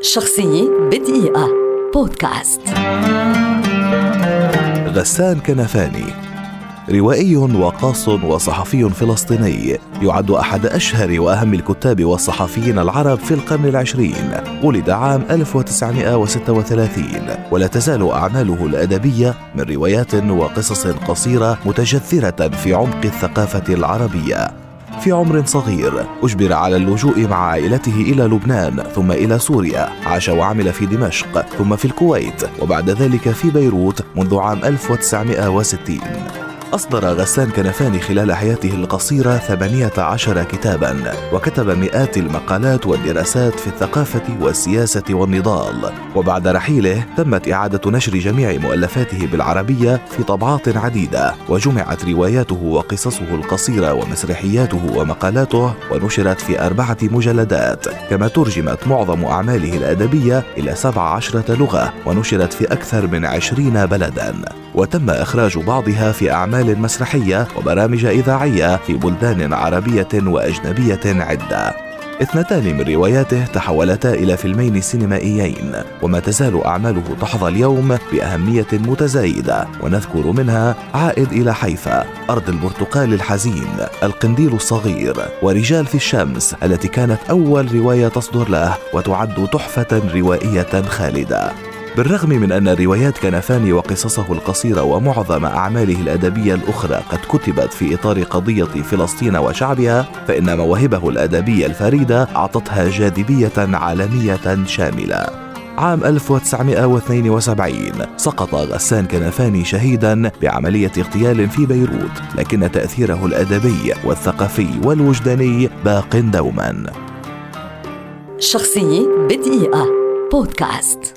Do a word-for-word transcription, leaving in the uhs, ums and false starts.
شخصية بدقيقة بودكاست. غسان كنفاني روائي وقاص وصحفي فلسطيني، يعد أحد أشهر وأهم الكتاب والصحفيين العرب في القرن العشرين. ولد عام ألف وتسعمائة وستة وثلاثين، ولا تزال أعماله الأدبية من روايات وقصص قصيرة متجذرة في عمق الثقافة العربية. في عمر صغير أجبر على اللجوء مع عائلته إلى لبنان ثم إلى سوريا. عاش وعمل في دمشق ثم في الكويت وبعد ذلك في بيروت منذ عام ألف وتسعمائة وستين. أصدر غسان كنفاني خلال حياته القصيرة ثمانية عشر كتابا، وكتب مئات المقالات والدراسات في الثقافة والسياسة والنضال. وبعد رحيله تمت إعادة نشر جميع مؤلفاته بالعربية في طبعات عديدة، وجمعت رواياته وقصصه القصيرة ومسرحياته ومقالاته ونشرت في أربعة مجلدات. كما ترجمت معظم أعماله الأدبية إلى سبع عشرة لغة ونشرت في أكثر من عشرين بلدا، وتم إخراج بعضها في أعمال مسرحية وبرامج إذاعية في بلدان عربية وأجنبية عدة. اثنتان من رواياته تحولتا إلى فيلمين سينمائيين، وما تزال أعماله تحظى اليوم بأهمية متزايدة، ونذكر منها عائد إلى حيفا، أرض البرتقال الحزين، القنديل الصغير، ورجال في الشمس التي كانت أول رواية تصدر له وتعد تحفة روائية خالدة. بالرغم من أن روايات كنفاني وقصصه القصيرة ومعظم أعماله الأدبية الأخرى قد كتبت في إطار قضية فلسطين وشعبها، فإن مواهبه الأدبية الفريدة أعطتها جاذبية عالمية شاملة. عام ألف وتسعمائة واثنين وسبعين سقط غسان كنفاني شهيدا بعملية اغتيال في بيروت، لكن تأثيره الأدبي والثقافي والوجداني باق دوما. شخصية بدقيقة بودكاست.